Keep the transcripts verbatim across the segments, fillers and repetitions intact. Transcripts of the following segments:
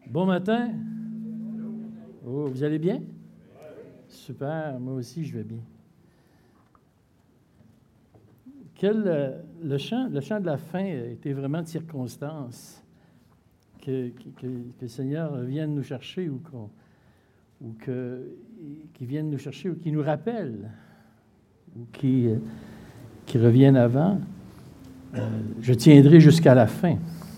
Bon matin. Oh, vous allez bien? Super, moi aussi je vais bien. Quel, euh, le, chant, le chant de la fin était vraiment de circonstance. Que, que, que, que le Seigneur vienne nous chercher ou, qu'on, ou que, qu'il vienne nous chercher ou qu'il nous rappelle ou qu'il, qu'il revienne avant. Euh, je tiendrai jusqu'à la fin.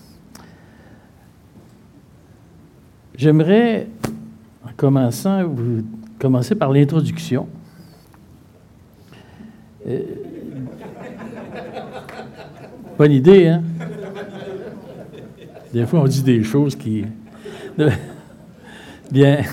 J'aimerais, en commençant, vous commencer par l'introduction. Euh, bonne idée, hein? Des fois, on dit des choses qui... Bien.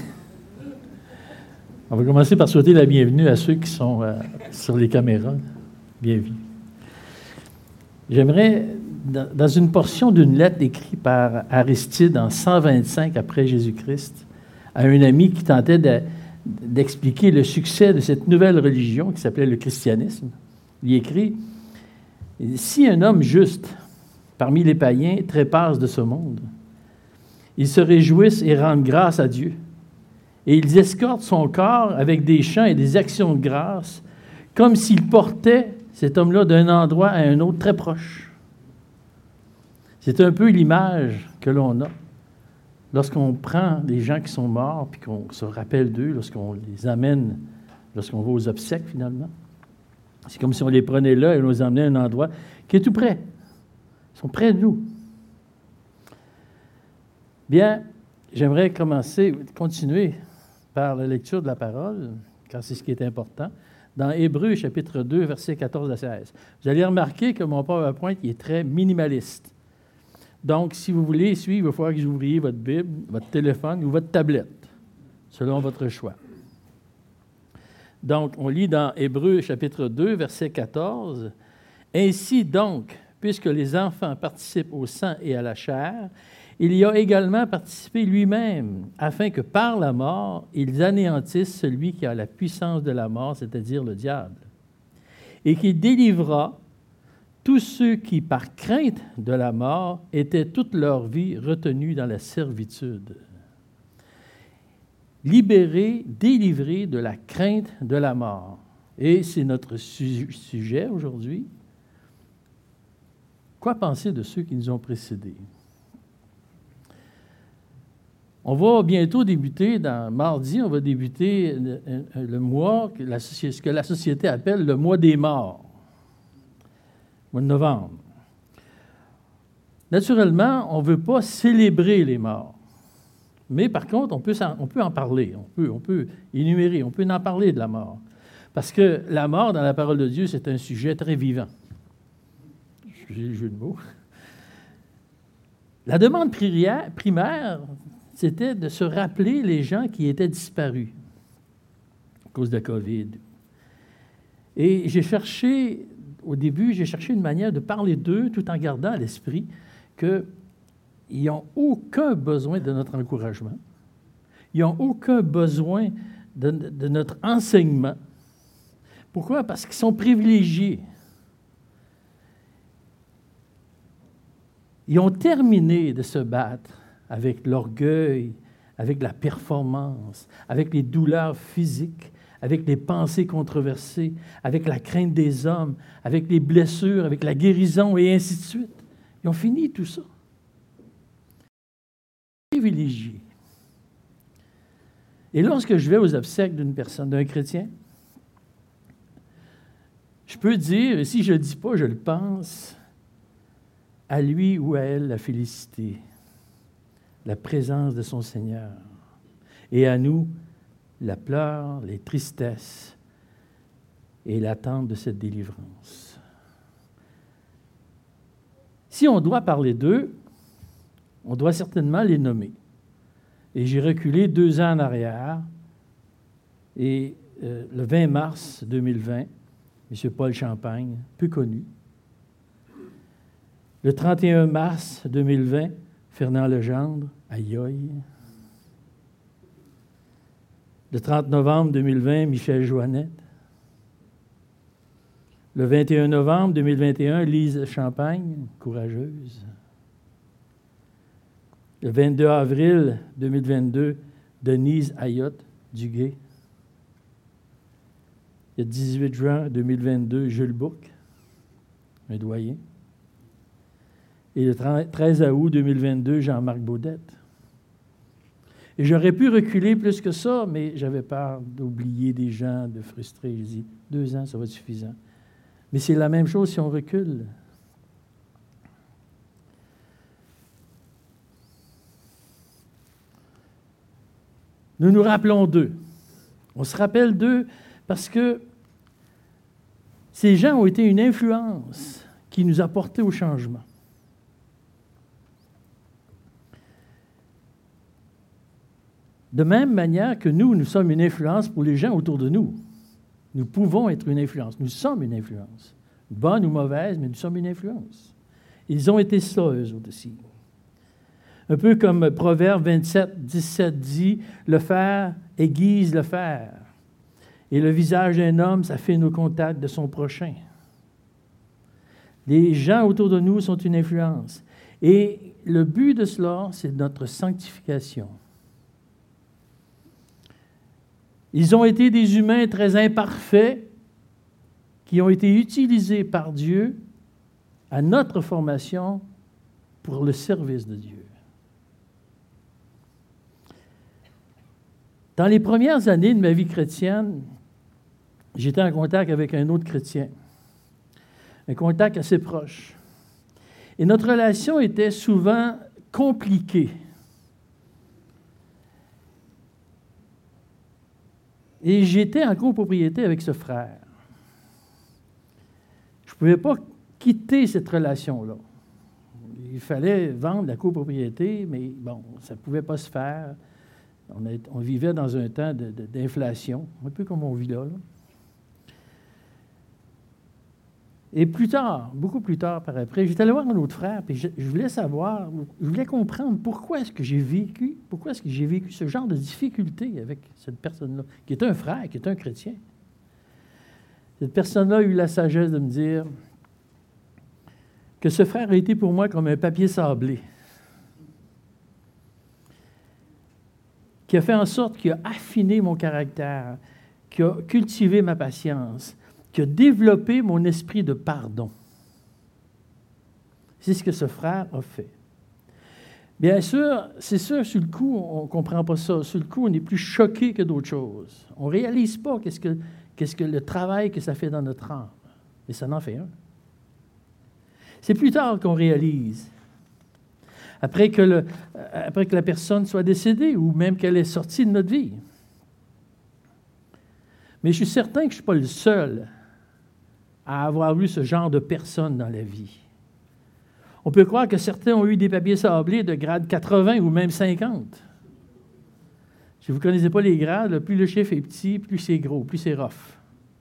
On va commencer par souhaiter la bienvenue à ceux qui sont euh, sur les caméras. Bienvenue. J'aimerais, dans, dans une portion d'une lettre écrite par Aristide en cent vingt-cinq après Jésus-Christ, à un ami qui tentait de, d'expliquer le succès de cette nouvelle religion qui s'appelait le christianisme, il écrit « Si un homme juste, parmi les païens, trépasse de ce monde, ils se réjouissent et rendent grâce à Dieu, et ils escortent son corps avec des chants et des actions de grâce, comme s'ils portaient cet homme-là d'un endroit à un autre très proche. » C'est un peu l'image que l'on a lorsqu'on prend des gens qui sont morts, puis qu'on se rappelle d'eux, lorsqu'on les amène, lorsqu'on va aux obsèques, finalement. C'est comme si on les prenait là et on les emmenait à un endroit qui est tout près. Ils sont près de nous. Bien, j'aimerais commencer, continuer par la lecture de la parole, car c'est ce qui est important, dans Hébreux, chapitre deux, versets quatorze à seize. Vous allez remarquer que mon PowerPoint il est très minimaliste. Donc, si vous voulez suivre, il va falloir que vous ouvriez votre Bible, votre téléphone ou votre tablette, selon votre choix. Donc, on lit dans Hébreux, chapitre deux, verset quatorze. « Ainsi donc, puisque les enfants participent au sang et à la chair, il y a également participé lui-même, afin que par la mort, ils anéantissent celui qui a la puissance de la mort, c'est-à-dire le diable, et qu'il délivra tous ceux qui, par crainte de la mort, étaient toute leur vie retenus dans la servitude. » Libérés, délivrés de la crainte de la mort. Et c'est notre su- sujet aujourd'hui. Quoi penser de ceux qui nous ont précédés? On va bientôt débuter, dans mardi, on va débuter le, le mois, que la, ce que la société appelle le mois des morts, mois de novembre. Naturellement, on ne veut pas célébrer les morts. Mais par contre, on peut, on peut en parler, on peut, on peut énumérer, on peut en parler de la mort. Parce que la mort, dans la parole de Dieu, c'est un sujet très vivant. J'ai le jeu de mots. La demande primaire, c'était de se rappeler les gens qui étaient disparus à cause de la COVID. Et j'ai cherché, au début, j'ai cherché une manière de parler d'eux tout en gardant à l'esprit que ils n'ont aucun besoin de notre encouragement. Ils n'ont aucun besoin de, de notre enseignement. Pourquoi? Parce qu'ils sont privilégiés. Ils ont terminé de se battre avec l'orgueil, avec la performance, avec les douleurs physiques, avec les pensées controversées, avec la crainte des hommes, avec les blessures, avec la guérison et ainsi de suite. Ils ont fini tout ça. Privilégié. Et lorsque je vais aux obsèques d'une personne, d'un chrétien, je peux dire, et si je ne le dis pas, je le pense, à lui ou à elle la félicité, la présence de son Seigneur, et à nous la pleure, les tristesses et l'attente de cette délivrance. Si on doit parler d'eux, on doit certainement les nommer. Et j'ai reculé deux ans en arrière. Et euh, le vingt mars deux mille vingt, M. Paul Champagne, peu connu. Le trente et un mars deux mille vingt, Fernand Legendre, aïe aïe. Le trente novembre deux mille vingt, Michel Joannette. Le vingt et un novembre deux mille vingt et un, Lise Champagne, courageuse. Le vingt-deux avril deux mille vingt-deux, Denise Ayotte, Duguay. Le dix-huit juin deux mille vingt-deux, Jules Bouc, un doyen. Et le treize août deux mille vingt-deux, Jean-Marc Baudette. Et j'aurais pu reculer plus que ça, mais j'avais peur d'oublier des gens, de frustrer. J'ai dit, deux ans, ça va être suffisant. Mais c'est la même chose si on recule. Nous nous rappelons d'eux. On se rappelle d'eux parce que ces gens ont été une influence qui nous a portés au changement. De même manière que nous, nous sommes une influence pour les gens autour de nous. Nous pouvons être une influence. Nous sommes une influence. Bonne ou mauvaise, mais nous sommes une influence. Ils ont été ça, eux aussi. Un peu comme Proverbe vingt-sept, dix-sept dit, « Le fer aiguise le fer, et le visage d'un homme s'affine au contact de son prochain. » Les gens autour de nous sont une influence. Et le but de cela, c'est notre sanctification. Ils ont été des humains très imparfaits qui ont été utilisés par Dieu à notre formation pour le service de Dieu. Dans les premières années de ma vie chrétienne, j'étais en contact avec un autre chrétien, un contact assez proche. Et notre relation était souvent compliquée. Et j'étais en copropriété avec ce frère. Je ne pouvais pas quitter cette relation-là. Il fallait vendre la copropriété, mais bon, ça ne pouvait pas se faire. On, a, on vivait dans un temps de, de, d'inflation, un peu comme on vit là, là. Et plus tard, beaucoup plus tard par après, j'étais allé voir un autre frère, puis je, je voulais savoir, je voulais comprendre pourquoi est-ce que j'ai vécu, pourquoi est-ce que j'ai vécu ce genre de difficulté avec cette personne-là, qui est un frère, qui est un chrétien. Cette personne-là a eu la sagesse de me dire que ce frère a été pour moi comme un papier sablé, qui a fait en sorte qu'il a affiné mon caractère, qui a cultivé ma patience, qui a développé mon esprit de pardon. C'est ce que ce frère a fait. Bien sûr, c'est sûr, sur le coup, on ne comprend pas ça. Sur le coup, on est plus choqué que d'autres choses. On ne réalise pas qu'est-ce que, qu'est-ce que le travail que ça fait dans notre âme. Et ça en fait un. C'est plus tard qu'on réalise. Après que, le, après que la personne soit décédée ou même qu'elle est sortie de notre vie. Mais je suis certain que je ne suis pas le seul à avoir eu ce genre de personne dans la vie. On peut croire que certains ont eu des papiers sablés de grade quatre-vingts ou même cinquante. Si vous ne connaissez pas les grades, plus le chiffre est petit, plus c'est gros, plus c'est rough.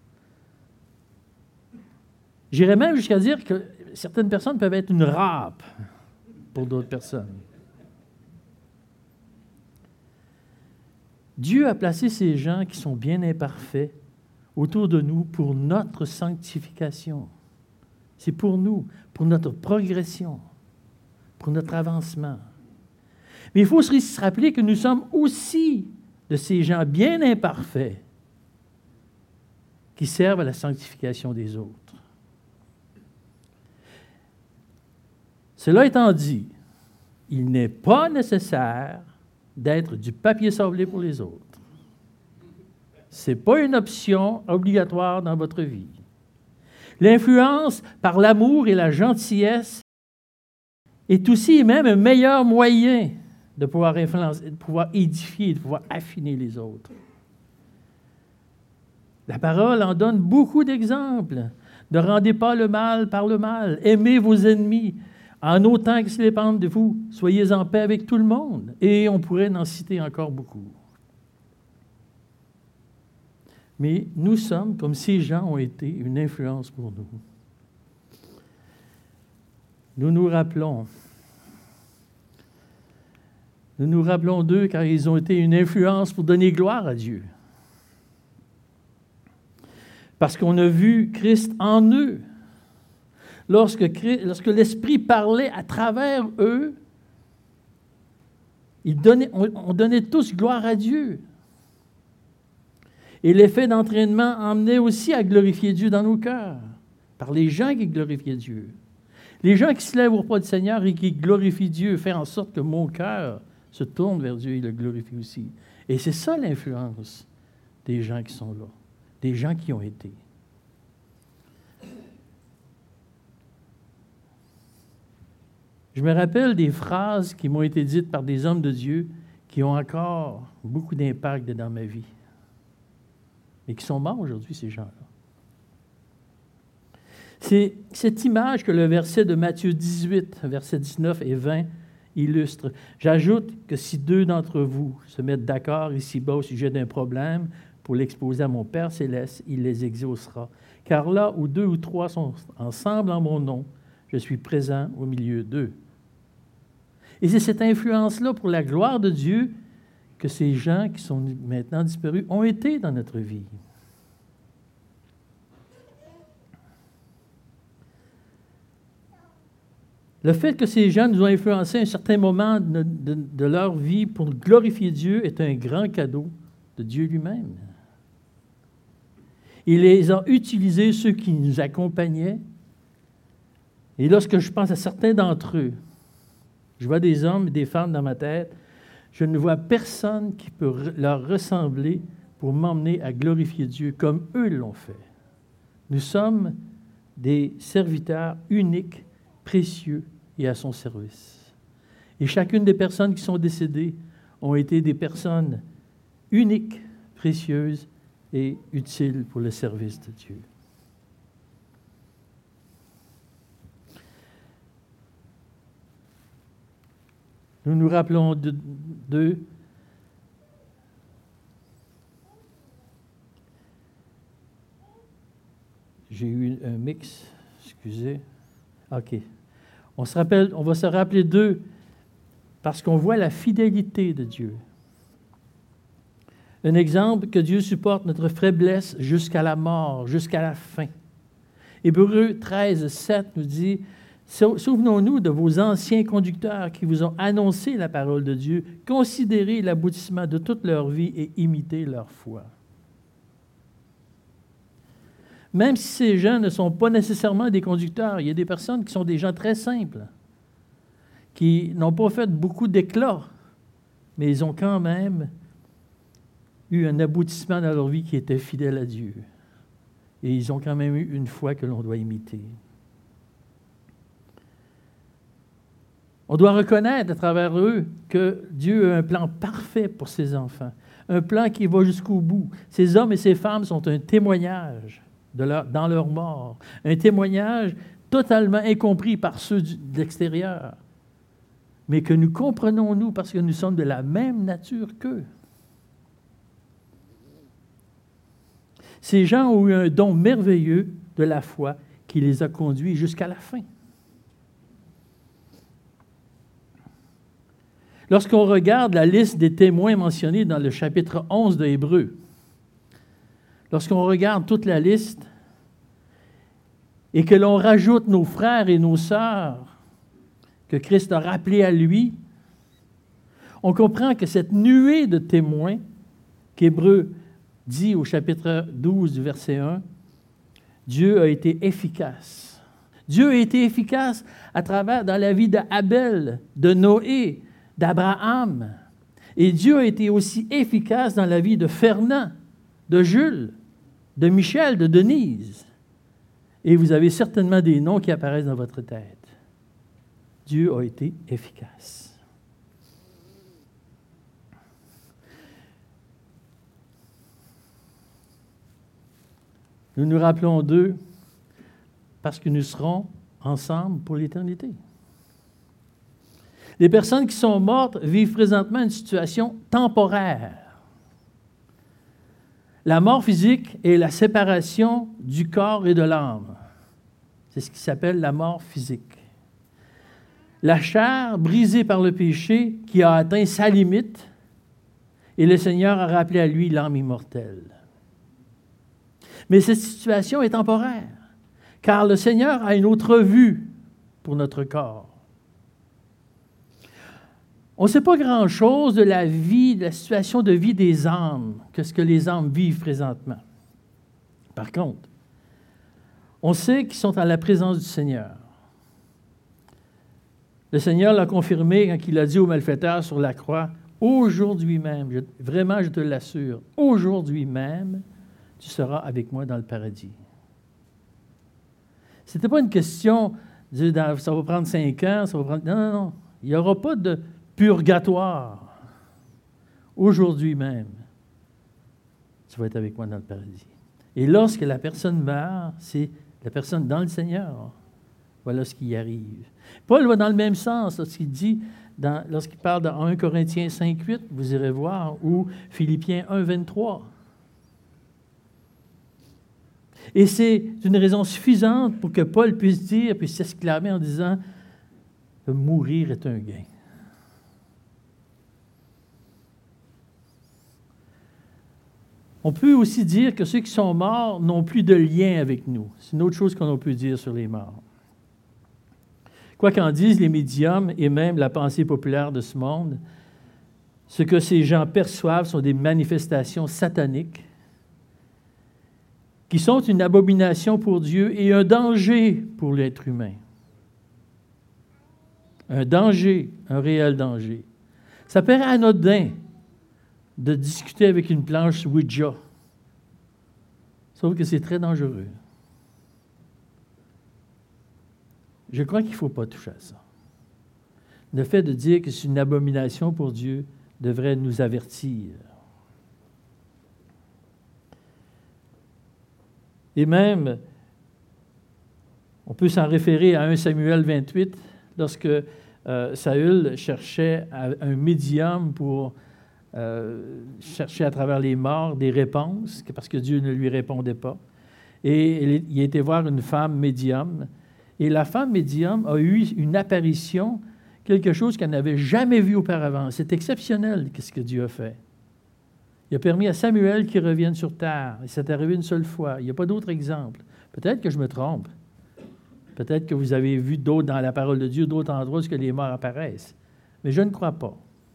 J'irais même jusqu'à dire que certaines personnes peuvent être une râpe pour d'autres personnes. Dieu a placé ces gens qui sont bien imparfaits autour de nous pour notre sanctification. C'est pour nous, pour notre progression, pour notre avancement. Mais il faut se rappeler que nous sommes aussi de ces gens bien imparfaits qui servent à la sanctification des autres. Cela étant dit, il n'est pas nécessaire d'être du papier sablé pour les autres. Ce n'est pas une option obligatoire dans votre vie. L'influence par l'amour et la gentillesse est aussi et même un meilleur moyen de pouvoir influencer, de pouvoir édifier, de pouvoir affiner les autres. La parole en donne beaucoup d'exemples. Ne rendez pas le mal par le mal. Aimez vos ennemis. En autant qu'ils dépendent de vous, soyez en paix avec tout le monde. Et on pourrait en citer encore beaucoup. Mais nous sommes, comme ces gens ont été, une influence pour nous. Nous nous rappelons. Nous nous rappelons d'eux car ils ont été une influence pour donner gloire à Dieu. Parce qu'on a vu Christ en eux. Lorsque, lorsque l'Esprit parlait à travers eux, Ils donnaient, on, on donnait tous gloire à Dieu. Et l'effet d'entraînement emmenait aussi à glorifier Dieu dans nos cœurs, par les gens qui glorifiaient Dieu. Les gens qui se lèvent au repas du Seigneur et qui glorifient Dieu, faire en sorte que mon cœur se tourne vers Dieu et le glorifie aussi. Et c'est ça l'influence des gens qui sont là, des gens qui ont été. Je me rappelle des phrases qui m'ont été dites par des hommes de Dieu qui ont encore beaucoup d'impact dans ma vie. Et qui sont morts aujourd'hui, ces gens-là. C'est cette image que le verset de Matthieu dix-huit, versets dix-neuf et vingt, illustre. J'ajoute que si deux d'entre vous se mettent d'accord ici-bas au sujet d'un problème pour l'exposer à mon Père céleste, il les exaucera. Car là où deux ou trois sont ensemble en mon nom, je suis présent au milieu d'eux. Et c'est cette influence-là pour la gloire de Dieu que ces gens qui sont maintenant disparus ont été dans notre vie. Le fait que ces gens nous ont influencés à un certain moment de, de, de leur vie pour glorifier Dieu est un grand cadeau de Dieu lui-même. Il les a utilisés, ceux qui nous accompagnaient. Et lorsque je pense à certains d'entre eux, je vois des hommes et des femmes dans ma tête, je ne vois personne qui peut leur ressembler pour m'emmener à glorifier Dieu comme eux l'ont fait. Nous sommes des serviteurs uniques, précieux et à son service. Et chacune des personnes qui sont décédées ont été des personnes uniques, précieuses et utiles pour le service de Dieu. Nous nous rappelons d'eux. J'ai eu un mix, excusez. OK. On se rappelle, on va se rappeler d'eux parce qu'on voit la fidélité de Dieu. Un exemple, que Dieu supporte notre faiblesse jusqu'à la mort, jusqu'à la fin. Hébreux treize, sept nous dit « Souvenons-nous de vos anciens conducteurs qui vous ont annoncé la parole de Dieu, considérez l'aboutissement de toute leur vie et imitez leur foi. » Même si ces gens ne sont pas nécessairement des conducteurs, il y a des personnes qui sont des gens très simples, qui n'ont pas fait beaucoup d'éclat, mais ils ont quand même eu un aboutissement dans leur vie qui était fidèle à Dieu. Et ils ont quand même eu une foi que l'on doit imiter. On doit reconnaître à travers eux que Dieu a un plan parfait pour ses enfants, un plan qui va jusqu'au bout. Ces hommes et ces femmes sont un témoignage de leur, dans leur mort, un témoignage totalement incompris par ceux du, de l'extérieur, mais que nous comprenons, nous, parce que nous sommes de la même nature qu'eux. Ces gens ont eu un don merveilleux de la foi qui les a conduits jusqu'à la fin. Lorsqu'on regarde la liste des témoins mentionnés dans le chapitre onze de Hébreux, lorsqu'on regarde toute la liste et que l'on rajoute nos frères et nos sœurs que Christ a rappelés à lui, on comprend que cette nuée de témoins qu'Hébreux dit au chapitre douze du verset un, Dieu a été efficace. Dieu a été efficace à travers dans la vie d'Abel, de Noé, d'Abraham. Et Dieu a été aussi efficace dans la vie de Fernand, de Jules, de Michel, de Denise. Et vous avez certainement des noms qui apparaissent dans votre tête. Dieu a été efficace. Nous nous rappelons d'eux parce que nous serons ensemble pour l'éternité. Les personnes qui sont mortes vivent présentement une situation temporaire. La mort physique est la séparation du corps et de l'âme. C'est ce qui s'appelle la mort physique. La chair brisée par le péché qui a atteint sa limite et le Seigneur a rappelé à lui l'âme immortelle. Mais cette situation est temporaire, car le Seigneur a une autre vue pour notre corps. On ne sait pas grand-chose de la vie, de la situation de vie des âmes, que ce que les âmes vivent présentement. Par contre, on sait qu'ils sont en la présence du Seigneur. Le Seigneur l'a confirmé quand il a dit aux malfaiteurs sur la croix, « Aujourd'hui même, je, vraiment je te l'assure, aujourd'hui même, tu seras avec moi dans le paradis. » Ce n'était pas une question de « ça va prendre cinq ans, ça va prendre... » Non, non, non. Il n'y aura pas de purgatoire. Aujourd'hui même, tu vas être avec moi dans le paradis. Et lorsque la personne meurt, c'est la personne dans le Seigneur. Voilà ce qui y arrive. Paul va dans le même sens lorsqu'il dit, dans, lorsqu'il parle dans un Corinthiens cinq huit, vous irez voir, ou Philippiens un vingt-trois. Et c'est une raison suffisante pour que Paul puisse dire, puisse s'exclamer en disant, mourir est un gain. On peut aussi dire que ceux qui sont morts n'ont plus de lien avec nous. C'est une autre chose qu'on peut dire sur les morts. Quoi qu'en disent les médiums et même la pensée populaire de ce monde, ce que ces gens perçoivent sont des manifestations sataniques qui sont une abomination pour Dieu et un danger pour l'être humain. Un danger, un réel danger. Ça paraît anodin de discuter avec une planche Ouija, sauf que c'est très dangereux. Je crois qu'il ne faut pas toucher à ça. Le fait de dire que c'est une abomination pour Dieu devrait nous avertir. Et même, on peut s'en référer à un Samuel vingt-huit, lorsque euh, Saül cherchait un médium pour euh, chercher à travers les morts des réponses, parce que Dieu ne lui répondait pas. Et il a été voir une femme médium, et la femme médium a eu une apparition, quelque chose qu'elle n'avait jamais vu auparavant. C'est exceptionnel, ce que Dieu a fait. Il a permis à Samuel qu'il revienne sur terre. Et c'est arrivé une seule fois. Il n'y a pas d'autre exemple. Peut-être que je me trompe. Peut-être que vous avez vu d'autres dans la parole de Dieu, d'autres endroits où les morts apparaissent. Mais je ne crois pas.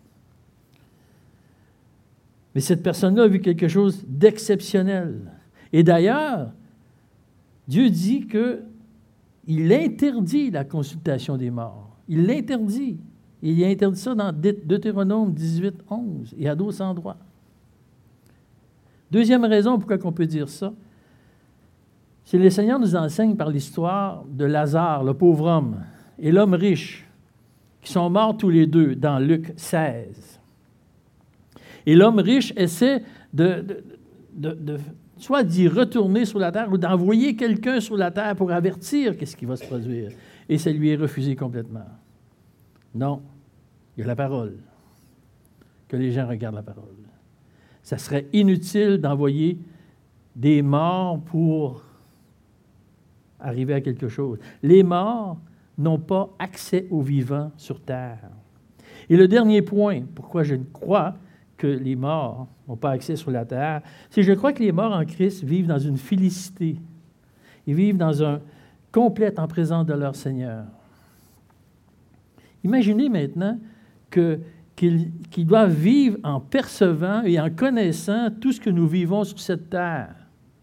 Mais cette personne-là a vu quelque chose d'exceptionnel. Et d'ailleurs, Dieu dit qu'il interdit la consultation des morts. Il l'interdit. Il a interdit ça dans Deutéronome dix-huit, onze et à d'autres endroits. Deuxième raison pourquoi on peut dire ça, c'est que le Seigneur nous enseigne par l'histoire de Lazare, le pauvre homme, et l'homme riche, qui sont morts tous les deux dans Luc seize. Et l'homme riche essaie de, de, de, de soit d'y retourner sur la terre ou d'envoyer quelqu'un sur la terre pour avertir qu'est-ce qui va se produire. Et ça lui est refusé complètement. Non, il y a la parole. Que les gens regardent la parole. Ça serait inutile d'envoyer des morts pour arriver à quelque chose. Les morts n'ont pas accès aux vivants sur terre. Et le dernier point, pourquoi je crois que les morts n'ont pas accès sur la terre, c'est que je crois que les morts en Christ vivent dans une félicité. Ils vivent dans un complète en présence de leur Seigneur. Imaginez maintenant que Qu'ils, qu'ils doivent vivre en percevant et en connaissant tout ce que nous vivons sur cette terre.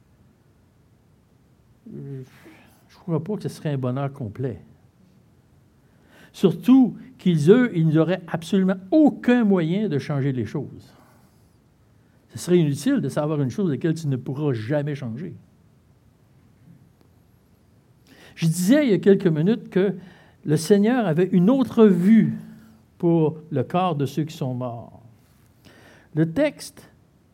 Je ne crois pas que ce serait un bonheur complet. Surtout qu'ils, eux, ils n'auraient absolument aucun moyen de changer les choses. Ce serait inutile de savoir une chose à laquelle tu ne pourras jamais changer. Je disais il y a quelques minutes que le Seigneur avait une autre vue pour le corps de ceux qui sont morts. Le texte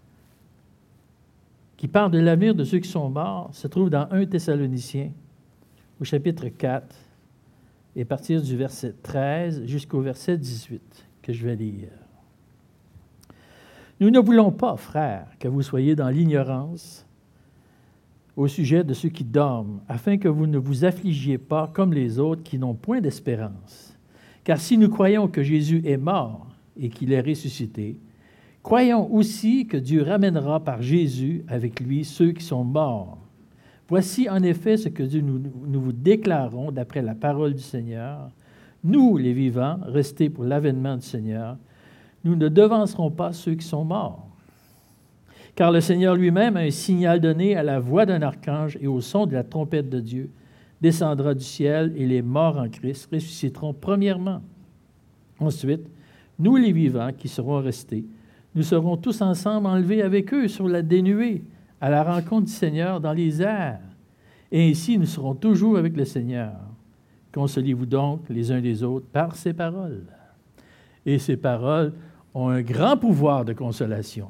qui parle de l'avenir de ceux qui sont morts se trouve dans un Thessaloniciens, au chapitre quatre, et à partir du verset treize jusqu'au verset dix-huit, que je vais lire. « Nous ne voulons pas, frères, que vous soyez dans l'ignorance au sujet de ceux qui dorment, afin que vous ne vous affligiez pas comme les autres qui n'ont point d'espérance. Car si nous croyons que Jésus est mort et qu'il est ressuscité, croyons aussi que Dieu ramènera par Jésus avec lui ceux qui sont morts. Voici en effet ce que Dieu nous, nous vous déclarons d'après la parole du Seigneur. nous, les vivants, restés pour l'avènement du Seigneur, nous ne devancerons pas ceux qui sont morts. Car le Seigneur lui-même a un signal donné à la voix d'un archange et au son de la trompette de Dieu, descendra du ciel et les morts en Christ ressusciteront premièrement. Ensuite, nous les vivants qui serons restés, nous serons tous ensemble enlevés avec eux sur la dénuée, à la rencontre du Seigneur dans les airs. Et ainsi, nous serons toujours avec le Seigneur. Consolez-vous donc les uns des autres par ces paroles. Et ces paroles ont un grand pouvoir de consolation.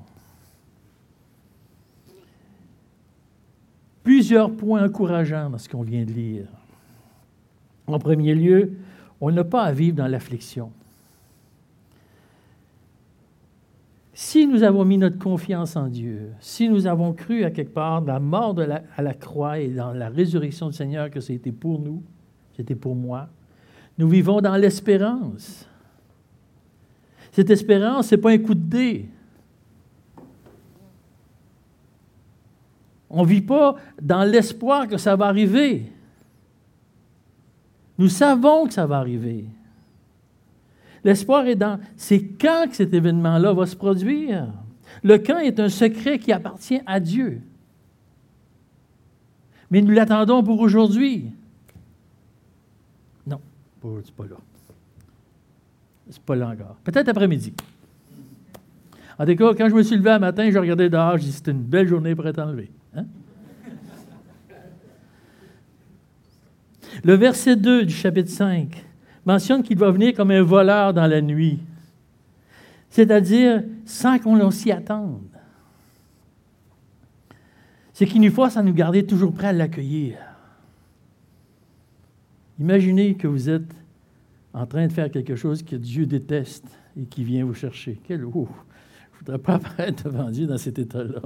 Plusieurs points encourageants dans ce qu'on vient de lire. En premier lieu, on n'a pas à vivre dans l'affliction. Si nous avons mis notre confiance en Dieu, si nous avons cru à quelque part dans la mort de la, à la croix et dans la résurrection du Seigneur que c'était pour nous, c'était pour moi, nous vivons dans l'espérance. Cette espérance, ce n'est pas un coup de dé. On ne vit pas dans l'espoir que ça va arriver. Nous savons que ça va arriver. L'espoir est dans, c'est quand que cet événement-là va se produire. Le quand est un secret qui appartient à Dieu. Mais nous l'attendons pour aujourd'hui. Non, c'est pas là. C'est pas là encore. Peut-être après-midi. En tout cas, quand je me suis levé un matin, je regardais dehors, je dis c'était une belle journée pour être enlevé. Hein? Le verset deux du chapitre cinq mentionne qu'il va venir comme un voleur dans la nuit, c'est-à-dire sans qu'on s'y attende. C'est qu'il nous force à nous garder toujours prêts à l'accueillir. Imaginez que vous êtes en train de faire quelque chose que Dieu déteste et qui vient vous chercher. Quel oh, je ne voudrais pas apparaître devant Dieu dans cet état-là.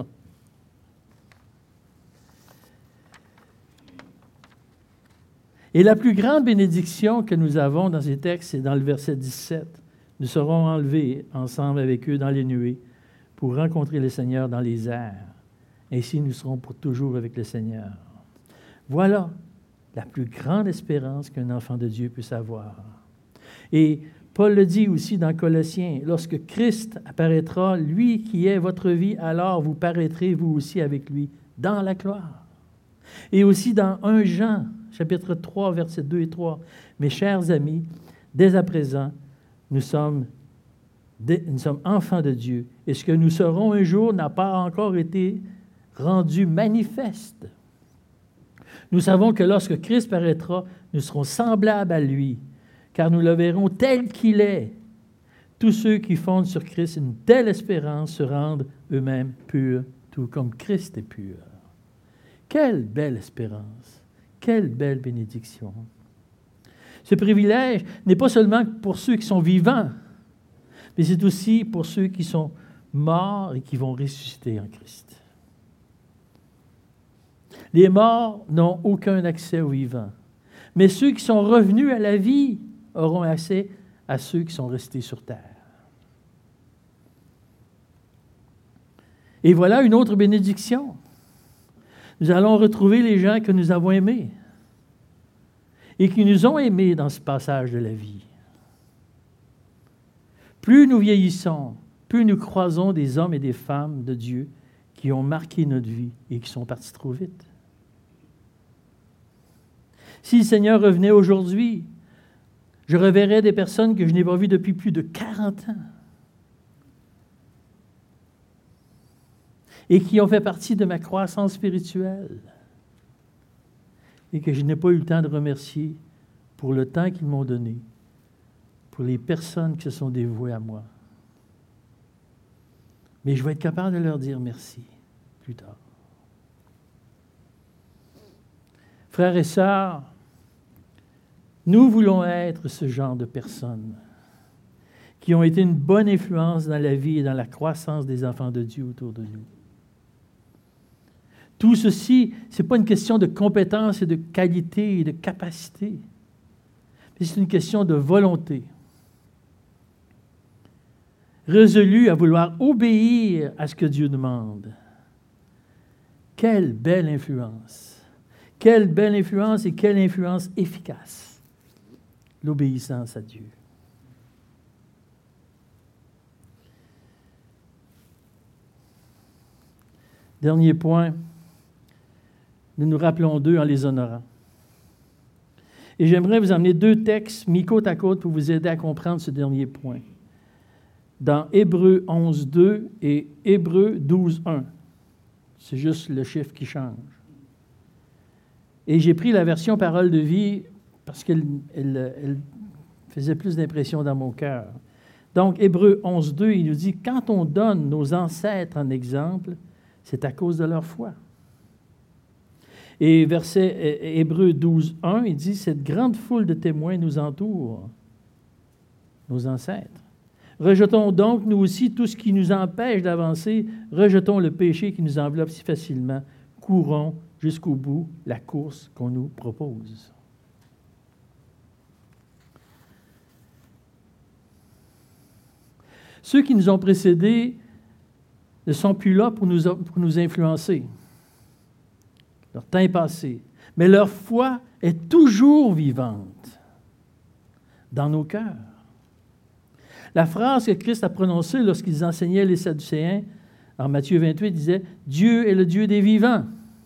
Et la plus grande bénédiction que nous avons dans ces textes, c'est dans le verset dix-sept. Nous serons enlevés ensemble avec eux dans les nuées pour rencontrer le Seigneur dans les airs. Ainsi, nous serons pour toujours avec le Seigneur. Voilà la plus grande espérance qu'un enfant de Dieu puisse avoir. Et Paul le dit aussi dans Colossiens, « Lorsque Christ apparaîtra, lui qui est votre vie, alors vous paraîtrez vous aussi avec lui dans la gloire. » Et aussi dans premier Jean, chapitre trois, versets deux et trois, « Mes chers amis, dès à présent, nous sommes, nous sommes enfants de Dieu, et ce que nous serons un jour n'a pas encore été rendu manifeste. Nous savons que lorsque Christ paraîtra, nous serons semblables à lui, car nous le verrons tel qu'il est. Tous ceux qui fondent sur Christ une telle espérance se rendent eux-mêmes purs, tout comme Christ est pur. » Quelle belle espérance! Quelle belle bénédiction! Ce privilège n'est pas seulement pour ceux qui sont vivants, mais c'est aussi pour ceux qui sont morts et qui vont ressusciter en Christ. Les morts n'ont aucun accès aux vivants, mais ceux qui sont revenus à la vie auront accès à ceux qui sont restés sur terre. Et voilà une autre bénédiction. Nous allons retrouver les gens que nous avons aimés et qui nous ont aimés dans ce passage de la vie. Plus nous vieillissons, plus nous croisons des hommes et des femmes de Dieu qui ont marqué notre vie et qui sont partis trop vite. Si le Seigneur revenait aujourd'hui, je reverrais des personnes que je n'ai pas vues depuis plus de quarante ans et qui ont fait partie de ma croissance spirituelle et que je n'ai pas eu le temps de remercier pour le temps qu'ils m'ont donné, pour les personnes qui se sont dévouées à moi. Mais je vais être capable de leur dire merci plus tard. Frères et sœurs, nous voulons être ce genre de personnes qui ont été une bonne influence dans la vie et dans la croissance des enfants de Dieu autour de nous. Tout ceci, ce n'est pas une question de compétence et de qualité et de capacité, mais c'est une question de volonté. Résolu à vouloir obéir à ce que Dieu demande. Quelle belle influence! Quelle belle influence et quelle influence efficace! l'obéissance à Dieu. Dernier point, nous nous rappelons d'eux en les honorant. Et j'aimerais vous emmener deux textes mis côte à côte pour vous aider à comprendre ce dernier point. Dans Hébreux onze, deux et Hébreux douze, un. C'est juste le chiffre qui change. Et j'ai pris la version Parole de vie parce qu'elle elle, elle faisait plus d'impression dans mon cœur. Donc, Hébreux onze, deux, il nous dit « Quand on donne nos ancêtres en exemple, c'est à cause de leur foi. » Et verset Hébreux douze, un, il dit « Cette grande foule de témoins nous entoure, nos ancêtres. Rejetons donc, nous aussi, tout ce qui nous empêche d'avancer. Rejetons le péché qui nous enveloppe si facilement. Courons jusqu'au bout la course qu'on nous propose. » Ceux qui nous ont précédés ne sont plus là pour nous, pour nous influencer. Leur temps est passé. Mais leur foi est toujours vivante dans nos cœurs. La phrase que Christ a prononcée lorsqu'il enseignait les Sadducéens, en Matthieu vingt-huit, disait « Dieu est le Dieu des vivants ».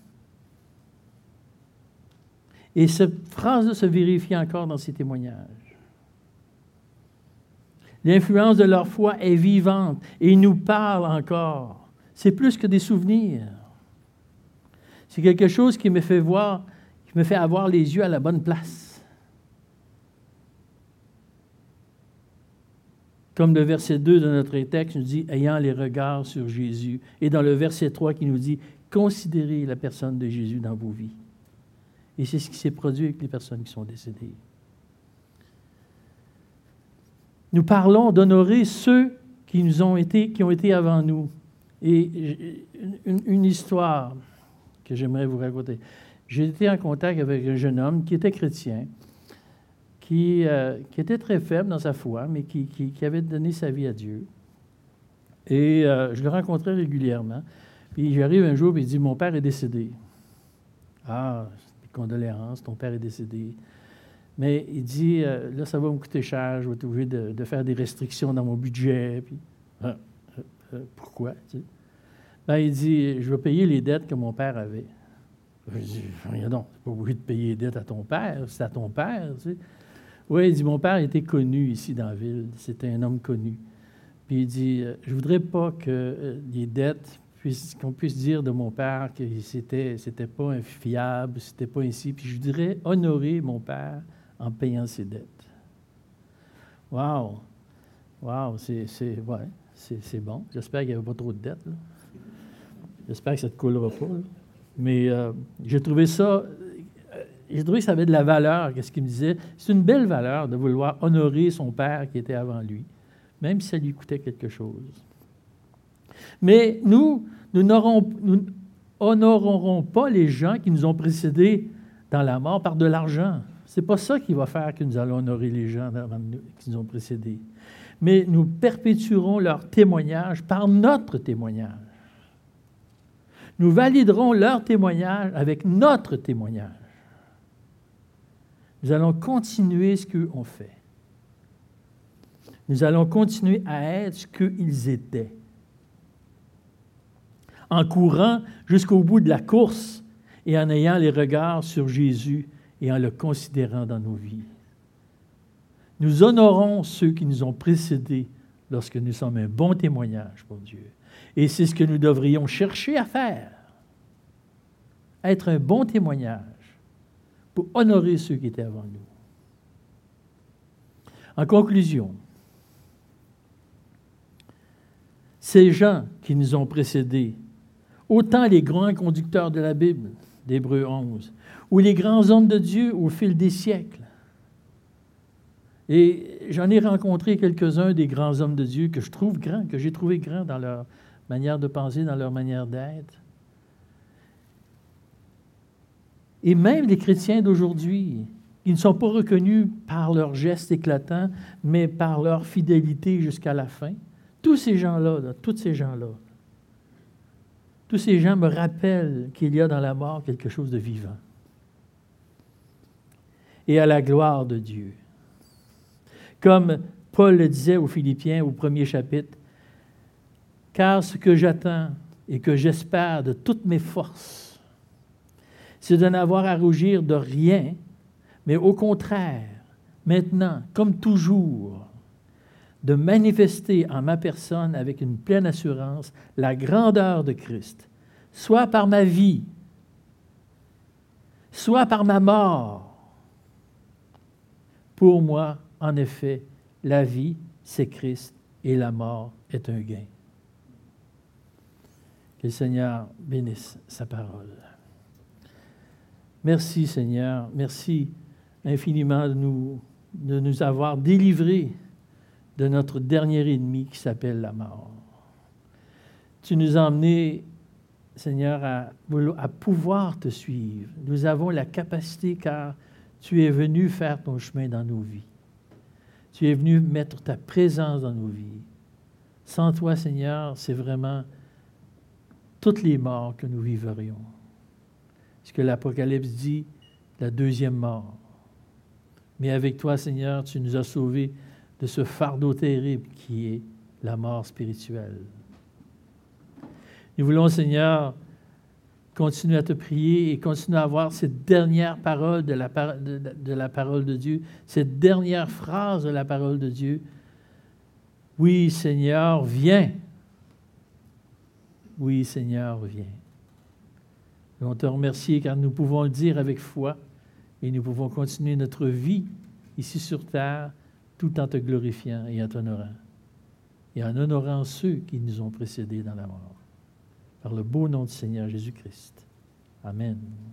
Et cette phrase-là se vérifie encore dans ces témoignages. L'influence de leur foi est vivante et ils nous parlent encore. C'est plus que des souvenirs. C'est quelque chose qui me fait voir, qui me fait avoir les yeux à la bonne place. Comme le verset deux de notre texte nous dit « Ayant les regards sur Jésus ». Et dans le verset trois qui nous dit « Considérez la personne de Jésus dans vos vies ». Et c'est ce qui s'est produit avec les personnes qui sont décédées. Nous parlons d'honorer ceux qui nous ont été, qui ont été avant nous. Et une, une histoire que j'aimerais vous raconter. J'ai été en contact avec un jeune homme qui était chrétien, qui, euh, qui était très faible dans sa foi, mais qui, qui, qui avait donné sa vie à Dieu. Et euh, je le rencontrais régulièrement. Puis j'arrive un jour et il dit « Mon père est décédé. » Ah, condoléances, ton père est décédé. Mais il dit, euh, là, ça va me coûter cher, je vais être obligé de, de faire des restrictions dans mon budget. Puis, ah, euh, euh, pourquoi? Tu sais? Ben, il dit, je vais payer les dettes que mon père avait. Je dis, rien donc, tu n'es pas obligé de payer les dettes à ton père, c'est à ton père. Tu sais. Oui, il dit, mon père était connu ici dans la ville, c'était un homme connu. Puis il dit, je ne voudrais pas que euh, les dettes, puisse, qu'on puisse dire de mon père que c'était, c'était pas infiable, c'était pas ainsi. Puis je voudrais honorer mon père en payant ses dettes. Wow! Wow! C'est, c'est, ouais, c'est, c'est bon. J'espère qu'il n'y avait pas trop de dettes. Là. J'espère que ça ne te coulera pas. Là. Mais euh, j'ai trouvé ça... Euh, j'ai trouvé que ça avait de la valeur, qu'est-ce qu'il me disait. C'est une belle valeur de vouloir honorer son père qui était avant lui, même si ça lui coûtait quelque chose. Mais nous, nous n'aurons, nous honorerons pas les gens qui nous ont précédés dans la mort par de l'argent. Ce n'est pas ça qui va faire que nous allons honorer les gens qui nous ont précédés. Mais nous perpétuerons leur témoignage par notre témoignage. Nous validerons leur témoignage avec notre témoignage. Nous allons continuer ce qu'eux ont fait. Nous allons continuer à être ce qu'ils étaient. En courant jusqu'au bout de la course et en ayant les regards sur Jésus et en le considérant dans nos vies. Nous honorons ceux qui nous ont précédés lorsque nous sommes un bon témoignage pour Dieu. Et c'est ce que nous devrions chercher à faire. Être un bon témoignage pour honorer ceux qui étaient avant nous. En conclusion, ces gens qui nous ont précédés, autant les grands conducteurs de la Bible, d'Hébreux onze, ou les grands hommes de Dieu au fil des siècles. Et j'en ai rencontré quelques-uns des grands hommes de Dieu que je trouve grands, que j'ai trouvé grands dans leur manière de penser, dans leur manière d'être. Et même les chrétiens d'aujourd'hui, ils ne sont pas reconnus par leurs gestes éclatants, mais par leur fidélité jusqu'à la fin. Tous ces gens-là, là, tous ces gens-là, tous ces gens me rappellent qu'il y a dans la mort quelque chose de vivant. Et à la gloire de Dieu. Comme Paul le disait aux Philippiens au premier chapitre, « Car ce que j'attends et que j'espère de toutes mes forces, c'est de n'avoir à rougir de rien, mais au contraire, maintenant, comme toujours, de manifester en ma personne avec une pleine assurance la grandeur de Christ, soit par ma vie, soit par ma mort. Pour moi, en effet, la vie, c'est Christ et la mort est un gain. » Que le Seigneur bénisse sa parole. Merci, Seigneur. Merci infiniment de nous, de nous avoir délivrés de notre dernier ennemi qui s'appelle la mort. Tu nous as emmenés, Seigneur, à, à pouvoir te suivre. Nous avons la capacité car tu es venu faire ton chemin dans nos vies. Tu es venu mettre ta présence dans nos vies. Sans toi, Seigneur, c'est vraiment toutes les morts que nous vivrions. Ce que l'Apocalypse dit, la deuxième mort. Mais avec toi, Seigneur, tu nous as sauvés de ce fardeau terrible qui est la mort spirituelle. Nous voulons, Seigneur, continuer à te prier et continuer à avoir cette dernière parole de la, par- de, de la parole de Dieu, cette dernière phrase de la parole de Dieu. Oui, Seigneur, viens. Oui, Seigneur, viens. Et on te remercie car nous pouvons le dire avec foi et nous pouvons continuer notre vie ici sur terre tout en te glorifiant et en t'honorant et en honorant ceux qui nous ont précédés dans la mort. Par le beau nom du Seigneur Jésus-Christ. Amen.